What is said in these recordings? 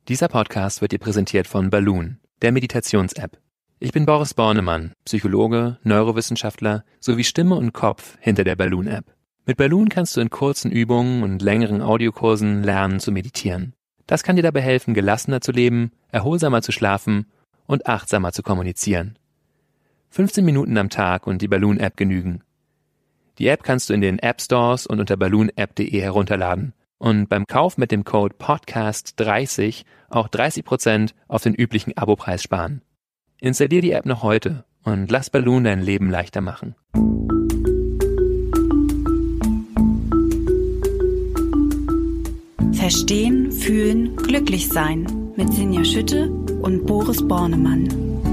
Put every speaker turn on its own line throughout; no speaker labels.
Dieser Podcast wird dir präsentiert von Balloon, der Meditations-App. Ich bin Boris Bornemann, Psychologe, Neurowissenschaftler sowie Stimme und Kopf hinter der Balloon-App. Mit Balloon kannst du in kurzen Übungen und längeren Audiokursen lernen zu meditieren. Das kann dir dabei helfen, gelassener zu leben, erholsamer zu schlafen und achtsamer zu kommunizieren. 15 Minuten am Tag und die Balloon-App genügen. Die App kannst du in den App-Stores und unter balloonapp.de herunterladen. Und beim Kauf mit dem Code PODCAST30 auch 30% auf den üblichen Abopreis sparen. Installier die App noch heute und lass Balloon dein Leben leichter machen.
Verstehen, fühlen, glücklich sein mit Sinja Schütte und Boris Bornemann.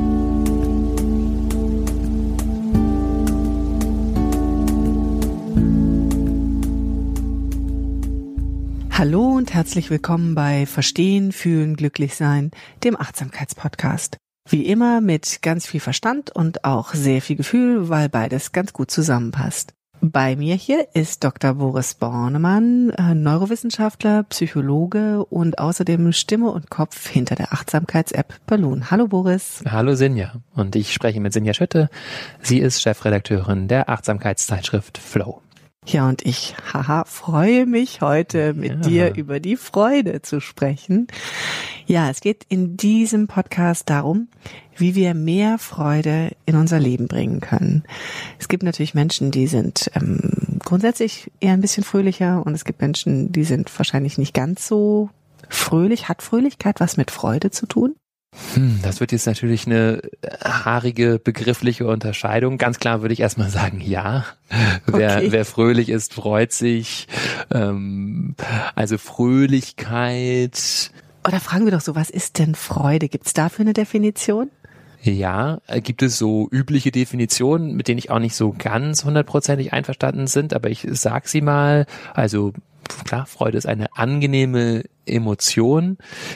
Hallo und herzlich willkommen bei Verstehen, Fühlen, Glücklich Sein, dem Achtsamkeitspodcast. Wie immer mit ganz viel Verstand und auch sehr viel Gefühl, weil beides ganz gut zusammenpasst. Bei mir hier ist Dr. Boris Bornemann, Neurowissenschaftler, Psychologe und außerdem Stimme und Kopf hinter der Achtsamkeits-App Balloon. Hallo Boris.
Hallo Sinja und ich spreche mit Sinja Schütte. Sie ist Chefredakteurin der Achtsamkeitszeitschrift Flow.
Ja, und ich, freue mich heute mit dir über die Freude zu sprechen. Ja, es geht in diesem Podcast darum, wie wir mehr Freude in unser Leben bringen können. Es gibt natürlich Menschen, die sind grundsätzlich eher ein bisschen fröhlicher und es gibt Menschen, die sind wahrscheinlich nicht ganz so fröhlich. Hat Fröhlichkeit was mit Freude zu tun?
Das wird jetzt natürlich eine haarige begriffliche Unterscheidung. Ganz klar würde ich erstmal sagen, ja. Wer fröhlich ist, freut sich. Also Fröhlichkeit.
Oder fragen wir doch so, was ist denn Freude? Gibt es dafür eine Definition?
Ja, gibt es so übliche Definitionen, mit denen ich auch nicht so ganz hundertprozentig einverstanden sind, aber ich sag sie mal. Also klar, Freude ist eine angenehme Emotion.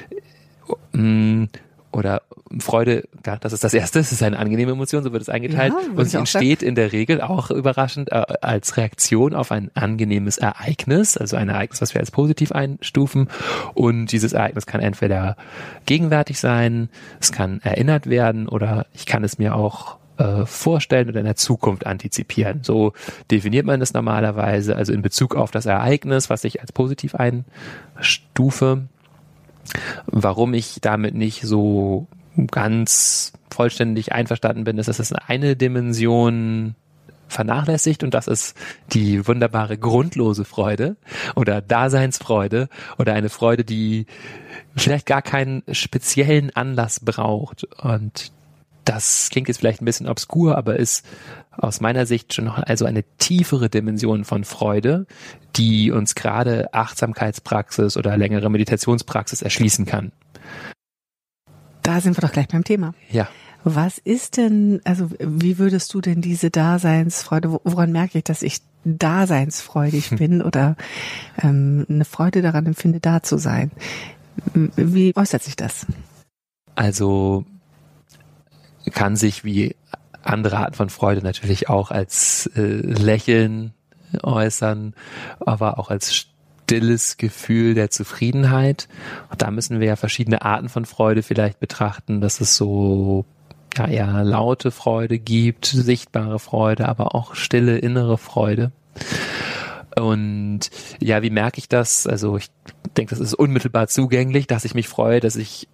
Oder Freude, klar, das ist das Erste, es ist eine angenehme Emotion, so wird es eingeteilt. Ja, und sie entsteht in der Regel auch überraschend als Reaktion auf ein angenehmes Ereignis, also ein Ereignis, was wir als positiv einstufen. Und dieses Ereignis kann entweder gegenwärtig sein, es kann erinnert werden oder ich kann es mir auch vorstellen oder in der Zukunft antizipieren. So definiert man das normalerweise, also in Bezug auf das Ereignis, was ich als positiv einstufe. Warum ich damit nicht so ganz vollständig einverstanden bin, ist, dass es eine Dimension vernachlässigt und das ist die wunderbare grundlose Freude oder Daseinsfreude oder eine Freude, die vielleicht gar keinen speziellen Anlass braucht. Und das klingt jetzt vielleicht ein bisschen obskur, aber ist aus meiner Sicht schon noch also eine tiefere Dimension von Freude, die uns gerade Achtsamkeitspraxis oder längere Meditationspraxis erschließen kann.
Da sind wir doch gleich beim Thema.
Ja.
Was ist denn, also wie würdest du denn diese Daseinsfreude, woran merke ich, dass ich daseinsfreudig bin oder eine Freude daran empfinde, da zu sein? Wie äußert sich das?
Also kann sich wie andere Arten von Freude natürlich auch als Lächeln äußern, aber auch als stilles Gefühl der Zufriedenheit. Und da müssen wir ja verschiedene Arten von Freude vielleicht betrachten, dass es so ja eher laute Freude gibt, sichtbare Freude, aber auch stille innere Freude. Und ja, wie merke ich das? Also ich denke, das ist unmittelbar zugänglich, dass ich mich freue, dass ich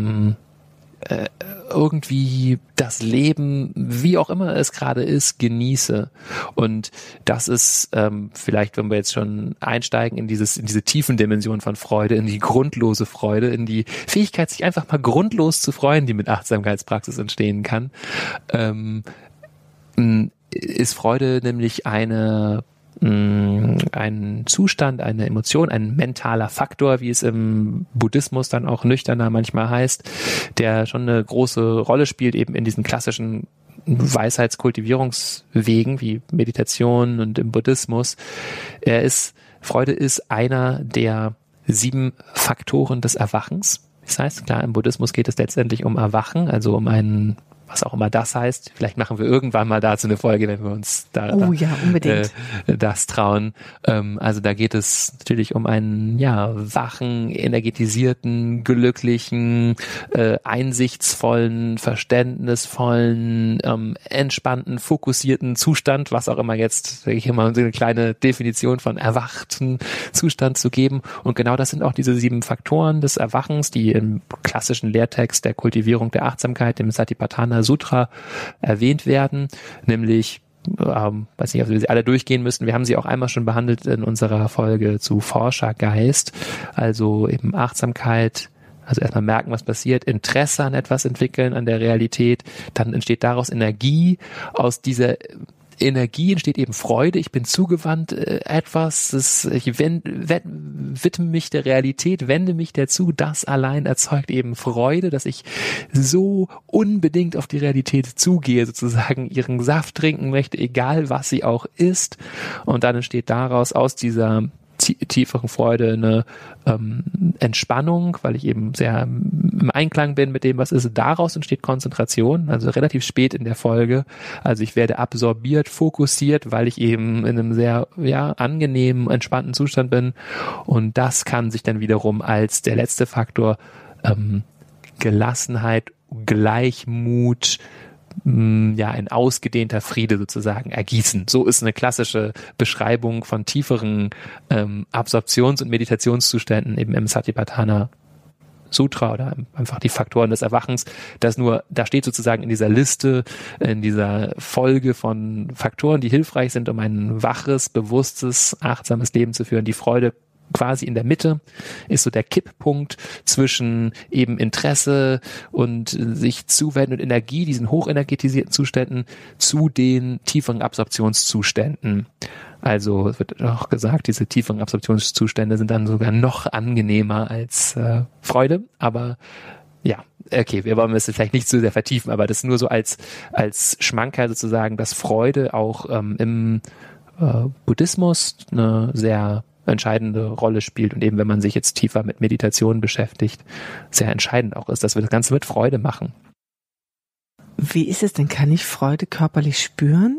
irgendwie das Leben, wie auch immer es gerade ist, genieße. Und das ist vielleicht, wenn wir jetzt schon einsteigen in diese tiefen Dimensionen von Freude, in die grundlose Freude, in die Fähigkeit, sich einfach mal grundlos zu freuen, die mit Achtsamkeitspraxis entstehen kann, ist Freude nämlich ein Zustand, eine Emotion, ein mentaler Faktor, wie es im Buddhismus dann auch nüchterner manchmal heißt, der schon eine große Rolle spielt, eben in diesen klassischen Weisheitskultivierungswegen wie Meditation und im Buddhismus. Freude ist einer der 7 Faktoren des Erwachens. Das heißt, klar, im Buddhismus geht es letztendlich um Erwachen, also um ein was auch immer das heißt. Vielleicht machen wir irgendwann mal dazu eine Folge, wenn wir uns das trauen. Also da geht es natürlich um einen wachen, energetisierten, glücklichen, einsichtsvollen, verständnisvollen, entspannten, fokussierten Zustand, was auch immer jetzt, denke ich immer, so eine kleine Definition von erwachten Zustand zu geben. Und genau das sind auch diese 7 Faktoren des Erwachens, die im klassischen Lehrtext der Kultivierung der Achtsamkeit, dem Satipatthana Sutra, erwähnt werden, nämlich weiß nicht, ob wir sie alle durchgehen müssen. Wir haben sie auch einmal schon behandelt in unserer Folge zu Forschergeist, also eben Achtsamkeit, also erstmal merken, was passiert, Interesse an etwas entwickeln, an der Realität, dann entsteht daraus Energie, aus dieser Energie entsteht eben Freude, ich bin zugewandt etwas, ich widme mich der Realität, wende mich dazu, das allein erzeugt eben Freude, dass ich so unbedingt auf die Realität zugehe, sozusagen ihren Saft trinken möchte, egal was sie auch ist, und dann entsteht daraus aus dieser tieferen Freude eine Entspannung, weil ich eben sehr im Einklang bin mit dem, was ist. Daraus entsteht Konzentration, also relativ spät in der Folge. Also ich werde absorbiert, fokussiert, weil ich eben in einem sehr angenehmen, entspannten Zustand bin. Und das kann sich dann wiederum als der letzte Faktor Gelassenheit, Gleichmut, ein ausgedehnter Friede sozusagen ergießen. So ist eine klassische Beschreibung von tieferen Absorptions- und Meditationszuständen eben im Satipatthana Sutra oder einfach die Faktoren des Erwachens. Da steht sozusagen in dieser Liste, in dieser Folge von Faktoren, die hilfreich sind, um ein waches, bewusstes, achtsames Leben zu führen, die Freude quasi in der Mitte, ist so der Kipppunkt zwischen eben Interesse und sich zuwenden und Energie, diesen hochenergetisierten Zuständen, zu den tieferen Absorptionszuständen. Also es wird auch gesagt, diese tieferen Absorptionszustände sind dann sogar noch angenehmer als Freude, aber okay, wir wollen es vielleicht nicht zu sehr vertiefen, aber das nur so als Schmankerl sozusagen, dass Freude auch im Buddhismus eine sehr entscheidende Rolle spielt und eben, wenn man sich jetzt tiefer mit Meditation beschäftigt, sehr entscheidend auch ist, dass wir das Ganze mit Freude machen.
Wie ist es denn? Kann ich Freude körperlich spüren?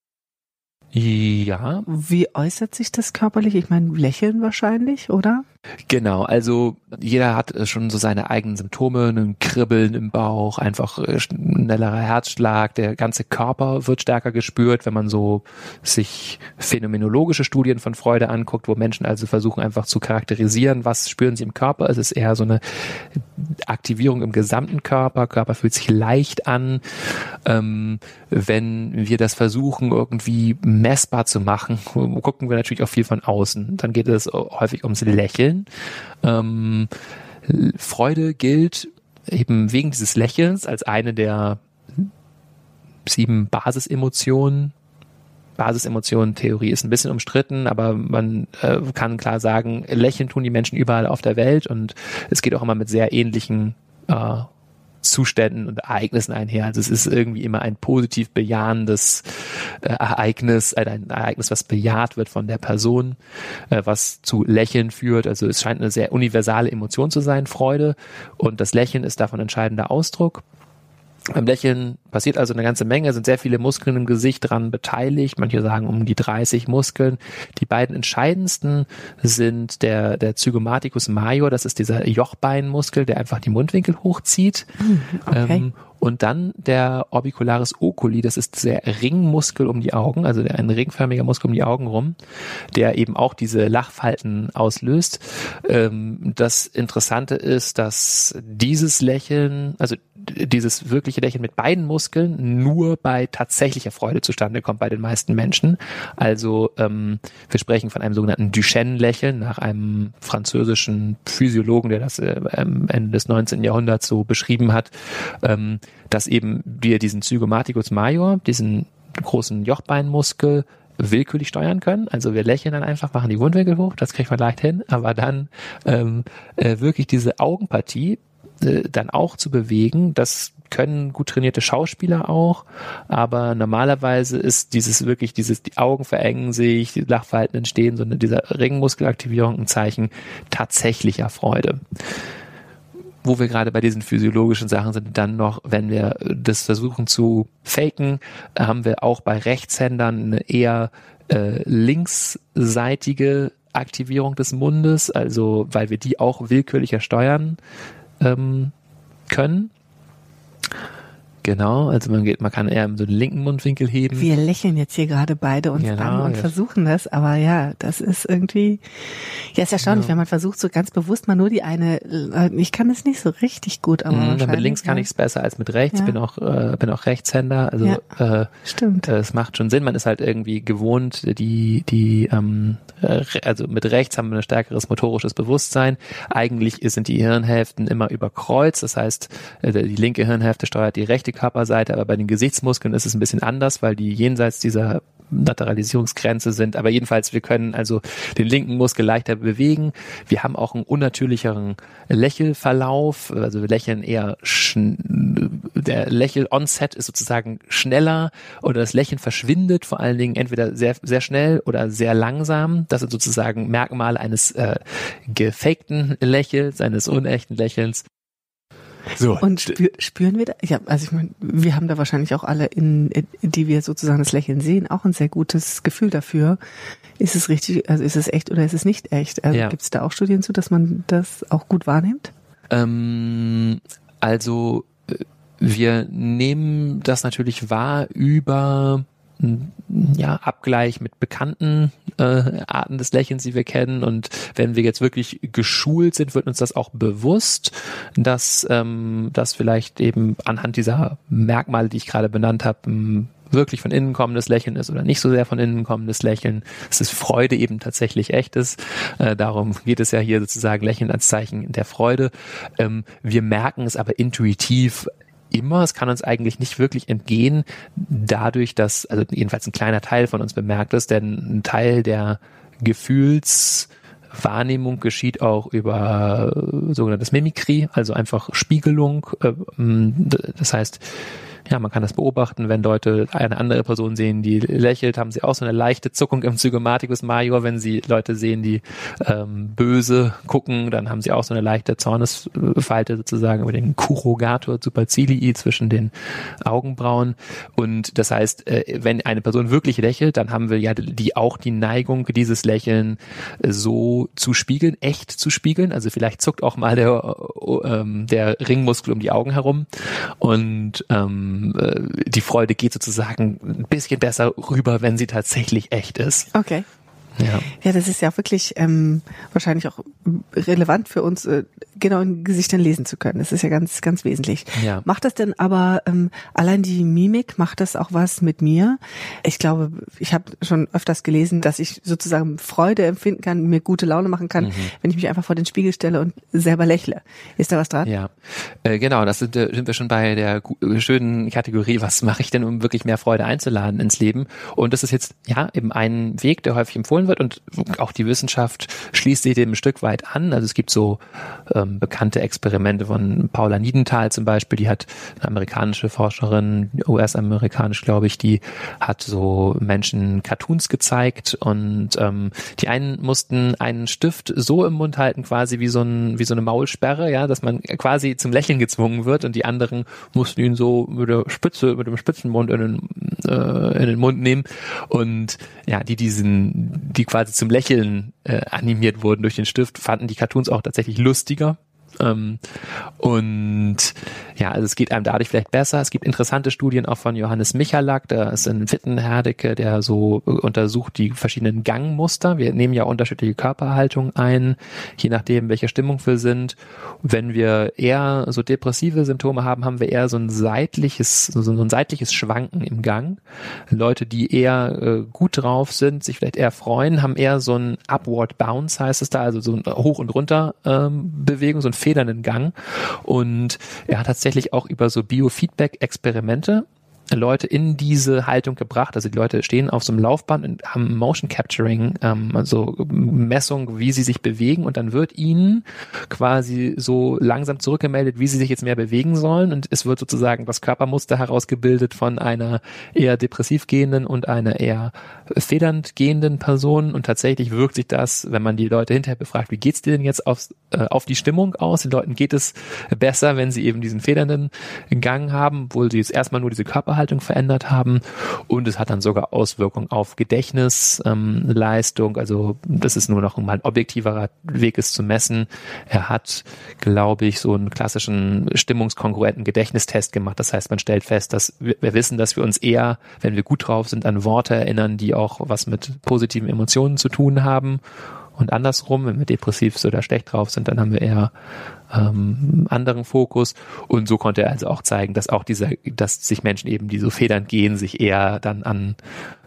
Ja.
Wie äußert sich das körperlich? Ich meine, Lächeln wahrscheinlich, oder?
Genau, also jeder hat schon so seine eigenen Symptome, ein Kribbeln im Bauch, einfach schnellerer Herzschlag, der ganze Körper wird stärker gespürt, wenn man so sich phänomenologische Studien von Freude anguckt, wo Menschen also versuchen einfach zu charakterisieren, was spüren sie im Körper. Es ist eher so eine Aktivierung im gesamten Körper fühlt sich leicht an. Wenn wir das versuchen irgendwie messbar zu machen, gucken wir natürlich auch viel von außen. Dann geht es häufig ums Lächeln. Freude gilt eben wegen dieses Lächelns als eine der 7 Basisemotionen. Basisemotionen-Theorie ist ein bisschen umstritten, aber man kann klar sagen, lächeln tun die Menschen überall auf der Welt und es geht auch immer mit sehr ähnlichen Zuständen und Ereignissen einher. Also es ist irgendwie immer ein positiv bejahendes Ereignis, ein Ereignis, was bejaht wird von der Person, was zu Lächeln führt. Also es scheint eine sehr universale Emotion zu sein, Freude, und das Lächeln ist davon entscheidender Ausdruck. Beim Lächeln passiert also eine ganze Menge, sind sehr viele Muskeln im Gesicht dran beteiligt, manche sagen um die 30 Muskeln. Die beiden entscheidendsten sind der Zygomaticus major, das ist dieser Jochbeinmuskel, der einfach die Mundwinkel hochzieht.
Okay.
Und dann der Orbicularis oculi, das ist der Ringmuskel um die Augen, also ein ringförmiger Muskel um die Augen rum, der eben auch diese Lachfalten auslöst. Das Interessante ist, dass dieses Lächeln, also dieses wirkliche Lächeln mit beiden Muskeln nur bei tatsächlicher Freude zustande kommt bei den meisten Menschen. Also wir sprechen von einem sogenannten Duchenne-Lächeln nach einem französischen Physiologen, der das Ende des 19. Jahrhunderts so beschrieben hat, dass eben wir diesen Zygomaticus major, diesen großen Jochbeinmuskel, willkürlich steuern können. Also wir lächeln dann einfach, machen die Mundwinkel hoch, das kriegt man leicht hin, aber dann wirklich diese Augenpartie dann auch zu bewegen, das können gut trainierte Schauspieler auch, aber normalerweise ist die Augen verengen sich, die Lachfalten entstehen, sondern dieser Ringmuskelaktivierung ein Zeichen tatsächlicher Freude. wo wir gerade bei diesen physiologischen Sachen sind, dann noch, wenn wir das versuchen zu faken, haben wir auch bei Rechtshändern eine eher linksseitige Aktivierung des Mundes, also weil wir die auch willkürlicher steuern können. Genau, also man kann eher so den linken Mundwinkel heben.
Wir lächeln jetzt hier gerade beide uns an und versuchen das, aber ja, das ist irgendwie, ist erstaunlich, wenn man versucht, so ganz bewusst mal nur die eine, ich kann es nicht so richtig gut, aber
mit links kann ich es besser als mit rechts, bin auch Rechtshänder, also
stimmt.
Es macht schon Sinn, man ist halt irgendwie gewohnt, also mit rechts haben wir ein stärkeres motorisches Bewusstsein, eigentlich sind die Hirnhälften immer überkreuzt, das heißt, die linke Hirnhälfte steuert die rechte Körperseite, aber bei den Gesichtsmuskeln ist es ein bisschen anders, weil die jenseits dieser Lateralisierungsgrenze sind, aber jedenfalls, wir können also den linken Muskel leichter bewegen, wir haben auch einen unnatürlicheren Lächelverlauf, also wir lächeln eher, der Lächel-Onset ist sozusagen schneller oder das Lächeln verschwindet vor allen Dingen entweder sehr, sehr schnell oder sehr langsam, das sind sozusagen Merkmale eines gefakten Lächels, eines unechten Lächelns.
So. Und spüren wir da? Ja, also ich meine, wir haben da wahrscheinlich auch alle, die wir sozusagen das Lächeln sehen, auch ein sehr gutes Gefühl dafür. Ist es richtig, also ist es echt oder ist es nicht echt? Also gibt es da auch Studien zu, dass man das auch gut wahrnimmt?
Also wir nehmen das natürlich wahr über Abgleich mit bekannten Arten des Lächelns, die wir kennen, und wenn wir jetzt wirklich geschult sind, wird uns das auch bewusst, dass das vielleicht eben anhand dieser Merkmale, die ich gerade benannt habe, wirklich von innen kommendes Lächeln ist oder nicht so sehr von innen kommendes Lächeln, dass es Freude eben tatsächlich echt ist. Darum geht es ja hier sozusagen, Lächeln als Zeichen der Freude. Wir merken es aber intuitiv immer, es kann uns eigentlich nicht wirklich entgehen, dadurch, dass, also jedenfalls ein kleiner Teil von uns bemerkt es, denn ein Teil der Gefühlswahrnehmung geschieht auch über sogenanntes Mimikry, also einfach Spiegelung. Das heißt, ja, man kann das beobachten, wenn Leute eine andere Person sehen, die lächelt, haben sie auch so eine leichte Zuckung im Zygomatikus major. Wenn sie Leute sehen, die böse gucken, dann haben sie auch so eine leichte Zornesfalte sozusagen über den Corrugator supercilii zwischen den Augenbrauen. Und das heißt, wenn eine Person wirklich lächelt, dann haben wir ja auch die Neigung, dieses Lächeln so zu spiegeln, echt zu spiegeln. Also vielleicht zuckt auch mal der Ringmuskel um die Augen herum und die Freude geht sozusagen ein bisschen besser rüber, wenn sie tatsächlich echt ist.
Okay. Ja, das ist ja wirklich wahrscheinlich auch relevant für uns, genau in Gesichtern lesen zu können. Das ist ja ganz, ganz wesentlich.
Ja.
Macht das denn aber allein die Mimik, macht das auch was mit mir? Ich glaube, ich habe schon öfters gelesen, dass ich sozusagen Freude empfinden kann, mir gute Laune machen kann, wenn ich mich einfach vor den Spiegel stelle und selber lächle. Ist da was dran?
Ja, genau, das sind wir schon bei der schönen Kategorie, was mache ich denn, um wirklich mehr Freude einzuladen ins Leben? Und das ist jetzt eben ein Weg, der häufig empfohlen wird, und auch die Wissenschaft schließt sich dem ein Stück weit an. Also es gibt so bekannte Experimente von Paula Niedenthal zum Beispiel, die hat eine amerikanische Forscherin, US-amerikanisch glaube ich, die hat so Menschen Cartoons gezeigt und die einen mussten einen Stift so im Mund halten, quasi wie so eine Maulsperre, ja, dass man quasi zum Lächeln gezwungen wird, und die anderen mussten ihn so mit dem Spitzenmund in den Mund nehmen, und ja, die quasi zum Lächeln animiert wurden durch den Stift, fanden die Cartoons auch tatsächlich lustiger. Und ja, also es geht einem dadurch vielleicht besser. Es gibt interessante Studien auch von Johannes Michalak, da ist ein Wittenherdecke, der so untersucht die verschiedenen Gangmuster. Wir nehmen ja unterschiedliche Körperhaltungen ein, je nachdem, welche Stimmung wir sind. Wenn wir eher so depressive Symptome haben, haben wir eher so ein seitliches Schwanken im Gang. Leute, die eher gut drauf sind, sich vielleicht eher freuen, haben eher so ein Upward Bounce, heißt es da, also so ein Hoch- und Runter-Bewegung, so ein federnden Gang. Und er hat tatsächlich auch über so Biofeedback-Experimente Leute in diese Haltung gebracht. Also die Leute stehen auf so einem Laufband und haben Motion Capturing, also Messung, wie sie sich bewegen, und dann wird ihnen quasi so langsam zurückgemeldet, wie sie sich jetzt mehr bewegen sollen, und es wird sozusagen das Körpermuster herausgebildet von einer eher depressiv gehenden und einer eher federnd gehenden Person, und tatsächlich wirkt sich das, wenn man die Leute hinterher befragt, wie geht's dir denn jetzt auf die Stimmung aus? Den Leuten geht es besser, wenn sie eben diesen federnden Gang haben, obwohl sie jetzt erstmal nur diese Körperhaltung verändert haben, und es hat dann sogar Auswirkungen auf Gedächtnisleistung, also das ist nur noch mal ein objektiverer Weg, es zu messen. Er hat, glaube ich, so einen klassischen stimmungskongruenten Gedächtnistest gemacht. Das heißt, man stellt fest, dass wir wissen, dass wir uns eher, wenn wir gut drauf sind, an Worte erinnern, die auch was mit positiven Emotionen zu tun haben. Und andersrum, wenn wir depressiv oder schlecht drauf sind, dann haben wir eher anderen Fokus. Und so konnte er also auch zeigen, dass dass sich Menschen eben, die so federnd gehen, sich eher dann an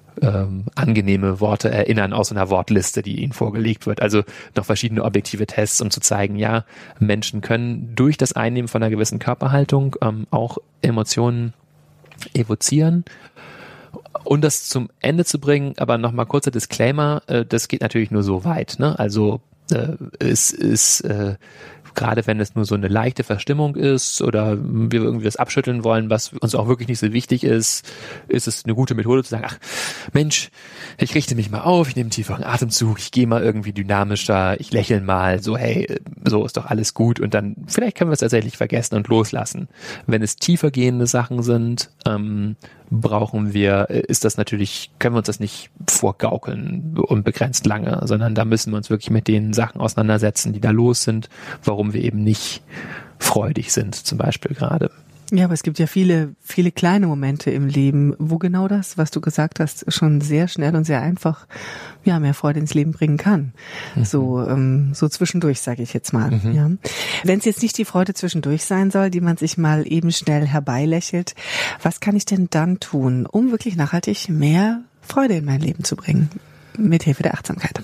angenehme Worte erinnern aus einer Wortliste, die ihnen vorgelegt wird. Also noch verschiedene objektive Tests, um zu zeigen, ja, Menschen können durch das Einnehmen von einer gewissen Körperhaltung auch Emotionen evozieren. Und das zum Ende zu bringen, aber nochmal kurzer Disclaimer, das geht natürlich nur so weit, ne? Also es ist gerade wenn es nur so eine leichte Verstimmung ist oder wir irgendwie das abschütteln wollen, was uns auch wirklich nicht so wichtig ist, ist es eine gute Methode zu sagen, ach Mensch, ich richte mich mal auf, ich nehme einen tieferen Atemzug, ich gehe mal irgendwie dynamischer, ich lächle mal, so hey, so ist doch alles gut, und dann vielleicht können wir es tatsächlich vergessen und loslassen. Wenn es tiefer gehende Sachen sind, können wir uns das nicht vorgaukeln unbegrenzt lange, sondern da müssen wir uns wirklich mit den Sachen auseinandersetzen, die da los sind, warum wir eben nicht freudig sind, zum Beispiel gerade.
Ja, aber es gibt ja viele, viele kleine Momente im Leben, wo genau das, was du gesagt hast, schon sehr schnell und sehr einfach, ja, mehr Freude ins Leben bringen kann. Mhm. So zwischendurch, sage ich jetzt mal. Mhm. Ja. Wenn es jetzt nicht die Freude zwischendurch sein soll, die man sich mal eben schnell herbeilächelt, was kann ich denn dann tun, um wirklich nachhaltig mehr Freude in mein Leben zu bringen, mit Hilfe der Achtsamkeit?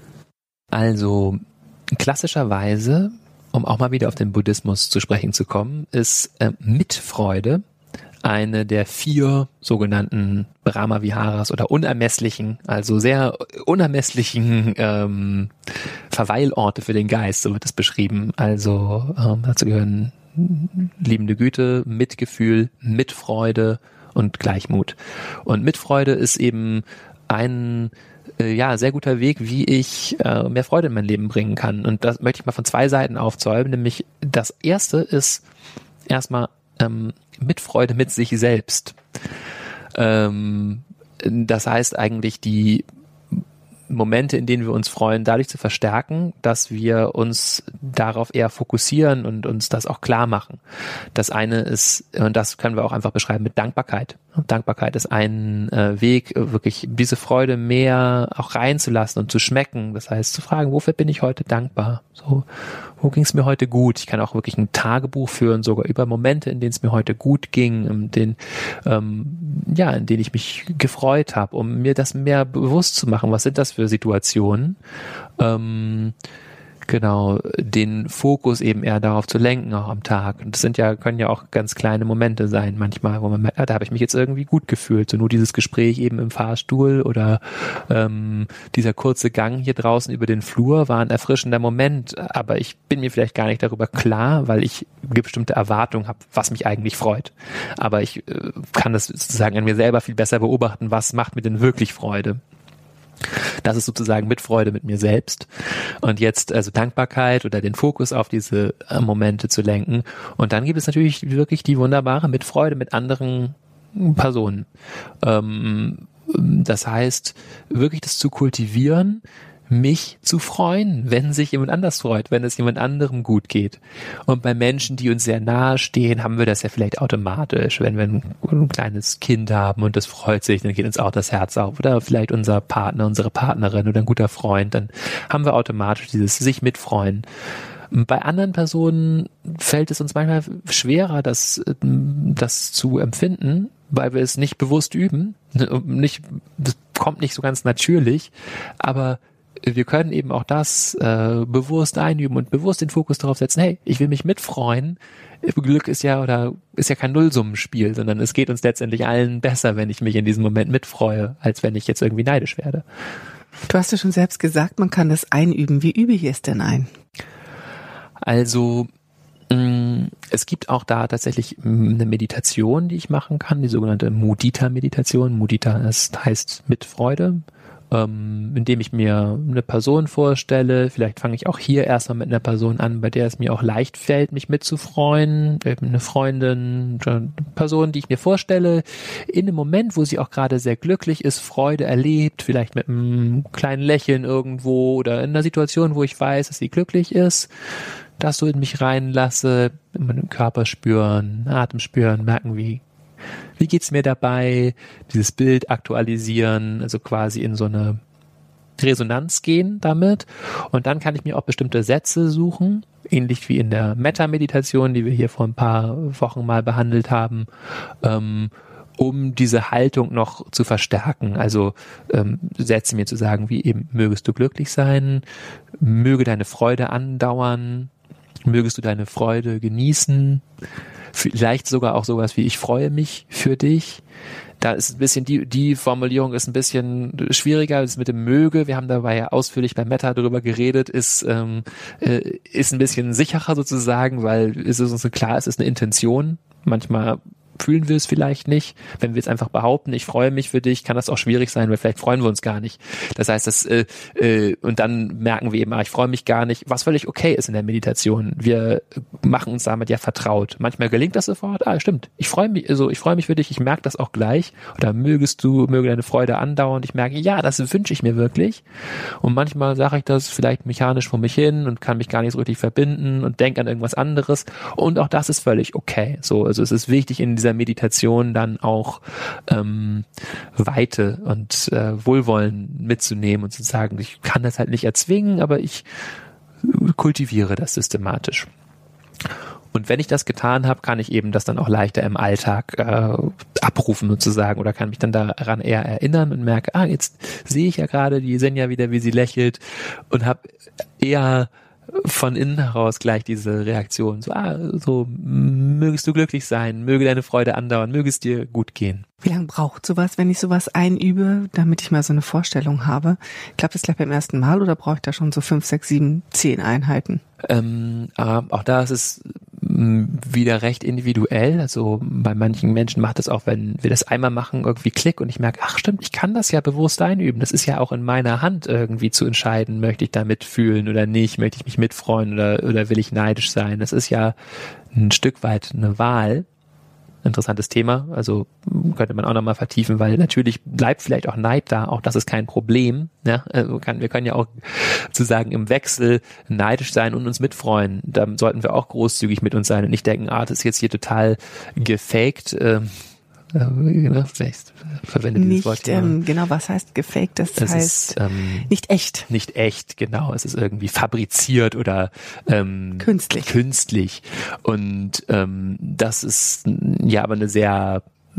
Also klassischerweise, um auch mal wieder auf den Buddhismus zu sprechen zu kommen, ist Mitfreude eine der 4 sogenannten Brahma-Viharas oder unermesslichen, also sehr unermesslichen Verweilorte für den Geist, so wird es beschrieben. Also dazu gehören liebende Güte, Mitgefühl, Mitfreude und Gleichmut. Und Mitfreude ist eben ein sehr guter Weg, wie ich mehr Freude in mein Leben bringen kann. Und das möchte ich mal von 2 Seiten aufzäumen. Nämlich das erste ist erstmal Mitfreude mit sich selbst. Das heißt eigentlich die Momente, in denen wir uns freuen, dadurch zu verstärken, dass wir uns darauf eher fokussieren und uns das auch klar machen. Das eine ist, und das können wir auch einfach beschreiben mit Dankbarkeit. Dankbarkeit ist ein Weg, wirklich diese Freude mehr auch reinzulassen und zu schmecken. Das heißt, zu fragen, wofür bin ich heute dankbar? So, wo ging es mir heute gut? Ich kann auch wirklich ein Tagebuch führen, sogar über Momente, in denen es mir heute gut ging, in denen ich mich gefreut habe, um mir das mehr bewusst zu machen. Was sind das für Situationen? Den Fokus eben eher darauf zu lenken, auch am Tag. Und das können ja auch ganz kleine Momente sein manchmal, wo man merkt, da habe ich mich jetzt irgendwie gut gefühlt. So nur dieses Gespräch eben im Fahrstuhl oder dieser kurze Gang hier draußen über den Flur war ein erfrischender Moment, aber ich bin mir vielleicht gar nicht darüber klar, weil ich bestimmte Erwartungen habe, was mich eigentlich freut. Aber ich kann das sozusagen an mir selber viel besser beobachten, was macht mir denn wirklich Freude. Das ist sozusagen Mitfreude mit mir selbst. Und jetzt also Dankbarkeit oder den Fokus auf diese Momente zu lenken. Und dann gibt es natürlich wirklich die wunderbare Mitfreude mit anderen Personen. Das heißt, wirklich das zu kultivieren, mich zu freuen, wenn sich jemand anders freut, wenn es jemand anderem gut geht. Und bei Menschen, die uns sehr nahe stehen, haben wir das ja vielleicht automatisch. Wenn wir ein kleines Kind haben und das freut sich, dann geht uns auch das Herz auf. Oder vielleicht unser Partner, unsere Partnerin oder ein guter Freund, dann haben wir automatisch dieses sich mitfreuen. Bei anderen Personen fällt es uns manchmal schwerer, das zu empfinden, weil wir es nicht bewusst üben. Das kommt nicht so ganz natürlich, aber wir können eben auch das bewusst einüben und bewusst den Fokus darauf setzen, hey, ich will mich mitfreuen. Glück ist ja kein Nullsummenspiel, sondern es geht uns letztendlich allen besser, wenn ich mich in diesem Moment mitfreue, als wenn ich jetzt irgendwie neidisch werde.
Du hast ja schon selbst gesagt, man kann das einüben. Wie übe ich es denn ein?
Also es gibt auch da tatsächlich eine Meditation, die ich machen kann, die sogenannte Mudita-Meditation. Mudita heißt mit Freude, indem ich mir eine Person vorstelle. Vielleicht fange ich auch hier erstmal mit einer Person an, bei der es mir auch leicht fällt, mich mitzufreuen. Eine Freundin, eine Person, die ich mir vorstelle, in einem Moment, wo sie auch gerade sehr glücklich ist, Freude erlebt, vielleicht mit einem kleinen Lächeln irgendwo oder in einer Situation, wo ich weiß, dass sie glücklich ist, das so in mich reinlasse, in meinen Körper spüren, Atem spüren, merken, wie geht's mir dabei, dieses Bild aktualisieren, also quasi in so eine Resonanz gehen damit. Und dann kann ich mir auch bestimmte Sätze suchen, ähnlich wie in der Metta-Meditation, die wir hier vor ein paar Wochen mal behandelt haben, um diese Haltung noch zu verstärken. Also Sätze mir zu sagen, wie eben, mögest du glücklich sein, möge deine Freude andauern, mögest du deine Freude genießen, vielleicht sogar auch sowas wie, ich freue mich für dich. Da ist ein bisschen, die Formulierung ist ein bisschen schwieriger, das mit dem möge, wir haben dabei ja ausführlich bei Metta darüber geredet, ist ein bisschen sicherer sozusagen, weil es ist uns klar, es ist eine Intention. Manchmal fühlen wir es vielleicht nicht. Wenn wir jetzt einfach behaupten, ich freue mich für dich, kann das auch schwierig sein, weil vielleicht freuen wir uns gar nicht. Das heißt, und dann merken wir eben, ich freue mich gar nicht, was völlig okay ist in der Meditation. Wir machen uns damit ja vertraut. Manchmal gelingt das sofort, stimmt, ich freue mich für dich, ich merke das auch gleich. Oder möge deine Freude andauern. Ich merke, ja, das wünsche ich mir wirklich. Und manchmal sage ich das vielleicht mechanisch vor mich hin und kann mich gar nicht so richtig verbinden und denke an irgendwas anderes. Und auch das ist völlig okay. So, also es ist wichtig, in dieser Meditation dann auch Weite und Wohlwollen mitzunehmen und zu sagen, ich kann das halt nicht erzwingen, aber ich kultiviere das systematisch. Und wenn ich das getan habe, kann ich eben das dann auch leichter im Alltag abrufen sozusagen oder kann mich dann daran eher erinnern und merke, jetzt sehe ich ja gerade die Senja wieder, wie sie lächelt und habe eher von innen heraus gleich diese Reaktion, so mögest du glücklich sein, möge deine Freude andauern, möge es dir gut gehen.
Wie lange braucht sowas, wenn ich sowas einübe, damit ich mal so eine Vorstellung habe? Klappt das gleich beim ersten Mal oder brauche ich da schon so 5, 6, 7, 10 Einheiten?
Auch da ist es wieder recht individuell. Also bei manchen Menschen macht es auch, wenn wir das einmal machen, irgendwie Klick und ich merke, stimmt, ich kann das ja bewusst einüben. Das ist ja auch in meiner Hand irgendwie zu entscheiden, möchte ich da mitfühlen oder nicht, möchte ich mich mitfreuen oder will ich neidisch sein. Das ist ja ein Stück weit eine Wahl. Interessantes Thema, also könnte man auch nochmal vertiefen, weil natürlich bleibt vielleicht auch Neid da, auch das ist kein Problem. Ja? Also wir können ja auch sozusagen im Wechsel neidisch sein und uns mitfreuen. Da sollten wir auch großzügig mit uns sein und nicht denken, das ist jetzt hier total gefaked. Vielleicht verwende dieses Wort hier.
Genau, was heißt gefaked? Das heißt nicht echt.
Nicht echt, genau. Es ist irgendwie fabriziert oder künstlich. Und das ist ja aber eine sehr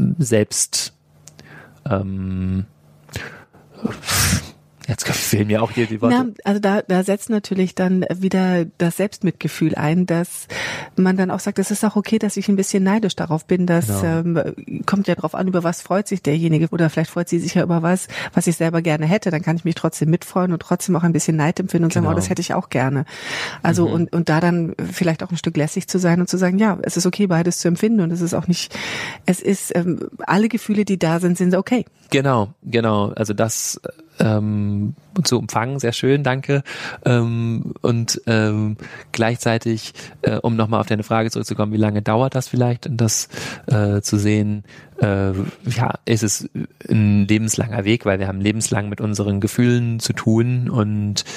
jetzt fehlen mir auch hier die Worte.
Also da setzt natürlich dann wieder das Selbstmitgefühl ein, dass man dann auch sagt, es ist auch okay, dass ich ein bisschen neidisch darauf bin, dass kommt ja drauf an, über was freut sich derjenige oder vielleicht freut sie sich ja über was ich selber gerne hätte, dann kann ich mich trotzdem mitfreuen und trotzdem auch ein bisschen Neid empfinden und sagen, das hätte ich auch gerne. Also und da dann vielleicht auch ein Stück lässig zu sein und zu sagen, ja, es ist okay, beides zu empfinden und es ist auch nicht, alle Gefühle, die da sind okay.
Genau, also das zu umfangen, sehr schön, danke. Und gleichzeitig, um nochmal auf deine Frage zurückzukommen, wie lange dauert das vielleicht, und das zu sehen, ist es ein lebenslanger Weg, weil wir haben lebenslang mit unseren Gefühlen zu tun und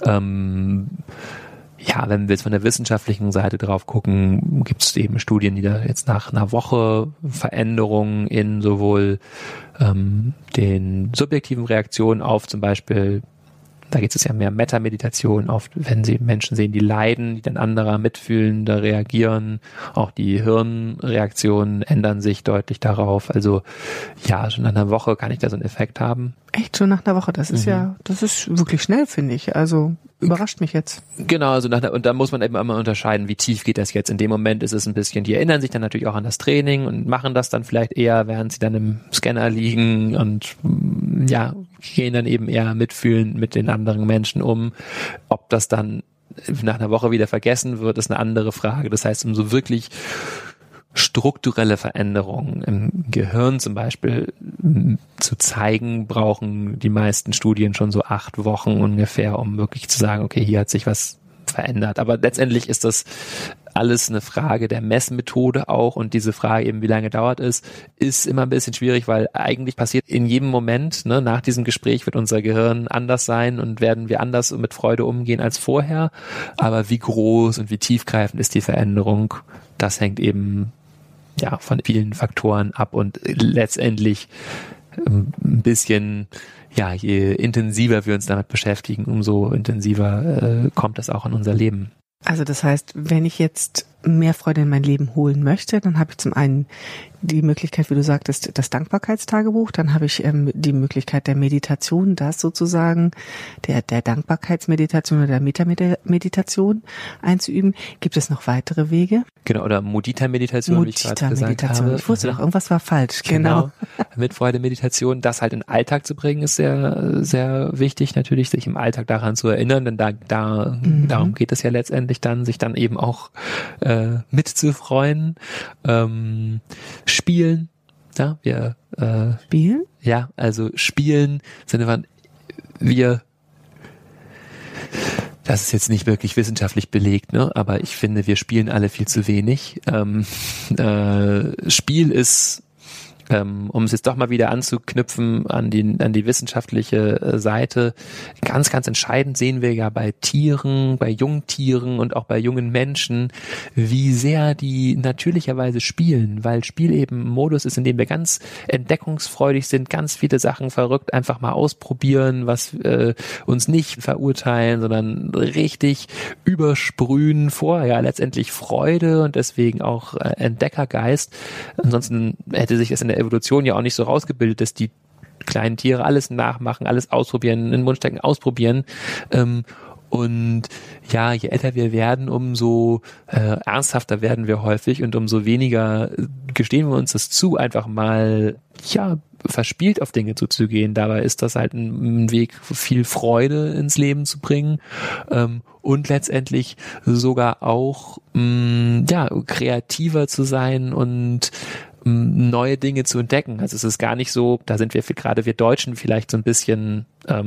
wenn wir jetzt von der wissenschaftlichen Seite drauf gucken, gibt es eben Studien, die da jetzt nach einer Woche Veränderungen in sowohl den subjektiven Reaktionen auf zum Beispiel Da geht es ja mehr Meta-Meditation, oft wenn sie Menschen sehen, die leiden, die dann anderer mitfühlender reagieren. Auch die Hirnreaktionen ändern sich deutlich darauf. Also ja, schon nach einer Woche kann ich da so einen Effekt haben.
Echt, schon nach einer Woche? Das ist das ist wirklich schnell, finde ich. Also überrascht mich jetzt.
Genau, also und da muss man eben immer unterscheiden, wie tief geht das jetzt. In dem Moment ist es ein bisschen, die erinnern sich dann natürlich auch an das Training und machen das dann vielleicht eher, während sie dann im Scanner liegen und ja, gehen dann eben eher mitfühlend mit den anderen Menschen um. Ob das dann nach einer Woche wieder vergessen wird, ist eine andere Frage. Das heißt, um so wirklich strukturelle Veränderungen im Gehirn zum Beispiel zu zeigen, brauchen die meisten Studien schon so 8 Wochen ungefähr, um wirklich zu sagen, okay, hier hat sich was verändert. Aber letztendlich ist das alles eine Frage der Messmethode auch, und diese Frage eben, wie lange dauert es, ist immer ein bisschen schwierig, weil eigentlich passiert in jedem Moment, ne, nach diesem Gespräch wird unser Gehirn anders sein und werden wir anders mit Freude umgehen als vorher. Aber wie groß und wie tiefgreifend ist die Veränderung, das hängt eben ja von vielen Faktoren ab, und letztendlich ein bisschen, ja, je intensiver wir uns damit beschäftigen, umso intensiver kommt das auch in unser Leben.
Also das heißt, wenn ich jetzt mehr Freude in mein Leben holen möchte, dann habe ich zum einen die Möglichkeit, wie du sagtest, das Dankbarkeitstagebuch, dann habe ich die Möglichkeit der Meditation, das sozusagen der Dankbarkeitsmeditation oder der Metameditation einzuüben. Gibt es noch weitere Wege?
Genau, oder Mudita-Meditation, wie ich gerade gesagt habe.
Ich wusste doch, irgendwas war falsch. Genau.
Mitfreude-Meditation, das halt in den Alltag zu bringen, ist sehr, sehr wichtig natürlich, sich im Alltag daran zu erinnern, denn darum geht es ja letztendlich dann, sich dann eben auch mitzufreuen. Spielen, ja, wir
Spielen?
Ja, also spielen, das ist jetzt nicht wirklich wissenschaftlich belegt, ne? Aber ich finde, wir spielen alle viel zu wenig. Spiel ist, um es jetzt doch mal wieder anzuknüpfen an die wissenschaftliche Seite, ganz, ganz entscheidend sehen wir ja bei Tieren, bei Jungtieren und auch bei jungen Menschen, wie sehr die natürlicherweise spielen, weil Spiel eben ein Modus ist, in dem wir ganz entdeckungsfreudig sind, ganz viele Sachen verrückt einfach mal ausprobieren, was uns nicht verurteilen, sondern richtig übersprühen vor, ja, letztendlich Freude und deswegen auch Entdeckergeist. Ansonsten hätte sich das in der Evolution ja auch nicht so rausgebildet, dass die kleinen Tiere alles nachmachen, alles ausprobieren, in den Mund stecken, ausprobieren. Und ja, je älter wir werden, umso ernsthafter werden wir häufig und umso weniger gestehen wir uns das zu, einfach mal verspielt auf Dinge zuzugehen. Dabei ist das halt ein Weg, viel Freude ins Leben zu bringen und letztendlich sogar auch kreativer zu sein und neue Dinge zu entdecken. Also es ist gar nicht so, da sind wir gerade wir Deutschen vielleicht so ein bisschen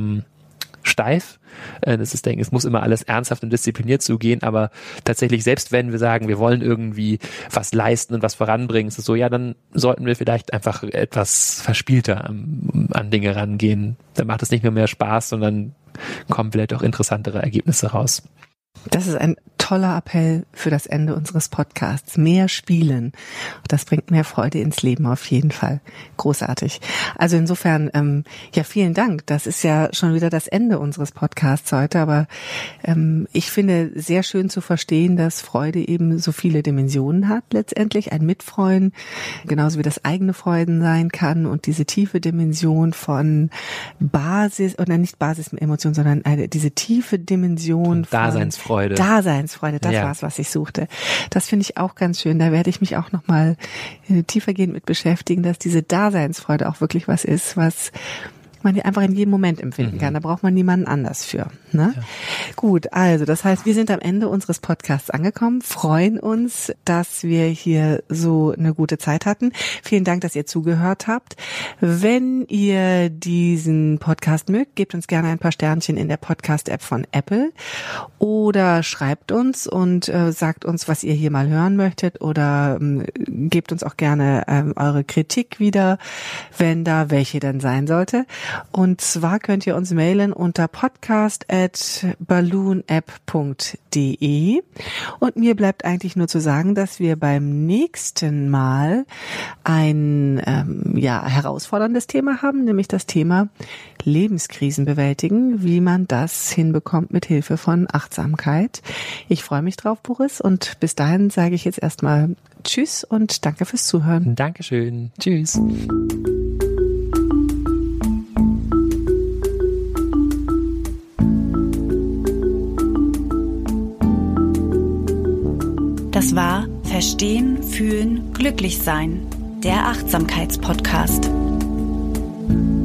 steif. Das ist, denke ich, es muss immer alles ernsthaft und diszipliniert zugehen, aber tatsächlich, selbst wenn wir sagen, wir wollen irgendwie was leisten und was voranbringen, ist es so, ja, dann sollten wir vielleicht einfach etwas verspielter an Dinge rangehen. Dann macht es nicht nur mehr Spaß, sondern kommen vielleicht auch interessantere Ergebnisse raus.
Das ist ein toller Appell für das Ende unseres Podcasts. Mehr spielen. Das bringt mehr Freude ins Leben auf jeden Fall. Großartig. Also insofern, vielen Dank. Das ist ja schon wieder das Ende unseres Podcasts heute, aber ich finde sehr schön zu verstehen, dass Freude eben so viele Dimensionen hat letztendlich. Ein Mitfreuen, genauso wie das eigene Freuden sein kann, und diese tiefe Dimension von Basis, oder nicht Basis-Emotion, sondern diese tiefe Dimension von
Daseinsfreude,
das war's, was ich suchte. Das finde ich auch ganz schön. Da werde ich mich auch nochmal tiefergehend mit beschäftigen, dass diese Daseinsfreude auch wirklich was ist, was man einfach in jedem Moment empfinden kann. Da braucht man niemanden anders für. Ne? Ja. Gut, also das heißt, wir sind am Ende unseres Podcasts angekommen, freuen uns, dass wir hier so eine gute Zeit hatten. Vielen Dank, dass ihr zugehört habt. Wenn ihr diesen Podcast mögt, gebt uns gerne ein paar Sternchen in der Podcast-App von Apple oder schreibt uns und sagt uns, was ihr hier mal hören möchtet, oder gebt uns auch gerne eure Kritik wieder, wenn da welche dann sein sollte. Und zwar könnt ihr uns mailen unter podcast@balloonapp.de. Und mir bleibt eigentlich nur zu sagen, dass wir beim nächsten Mal ein herausforderndes Thema haben, nämlich das Thema Lebenskrisen bewältigen, wie man das hinbekommt mit Hilfe von Achtsamkeit. Ich freue mich drauf, Boris, und bis dahin sage ich jetzt erstmal Tschüss und danke fürs Zuhören.
Dankeschön. Tschüss.
Das war Verstehen, Fühlen, Glücklich sein, der Achtsamkeitspodcast.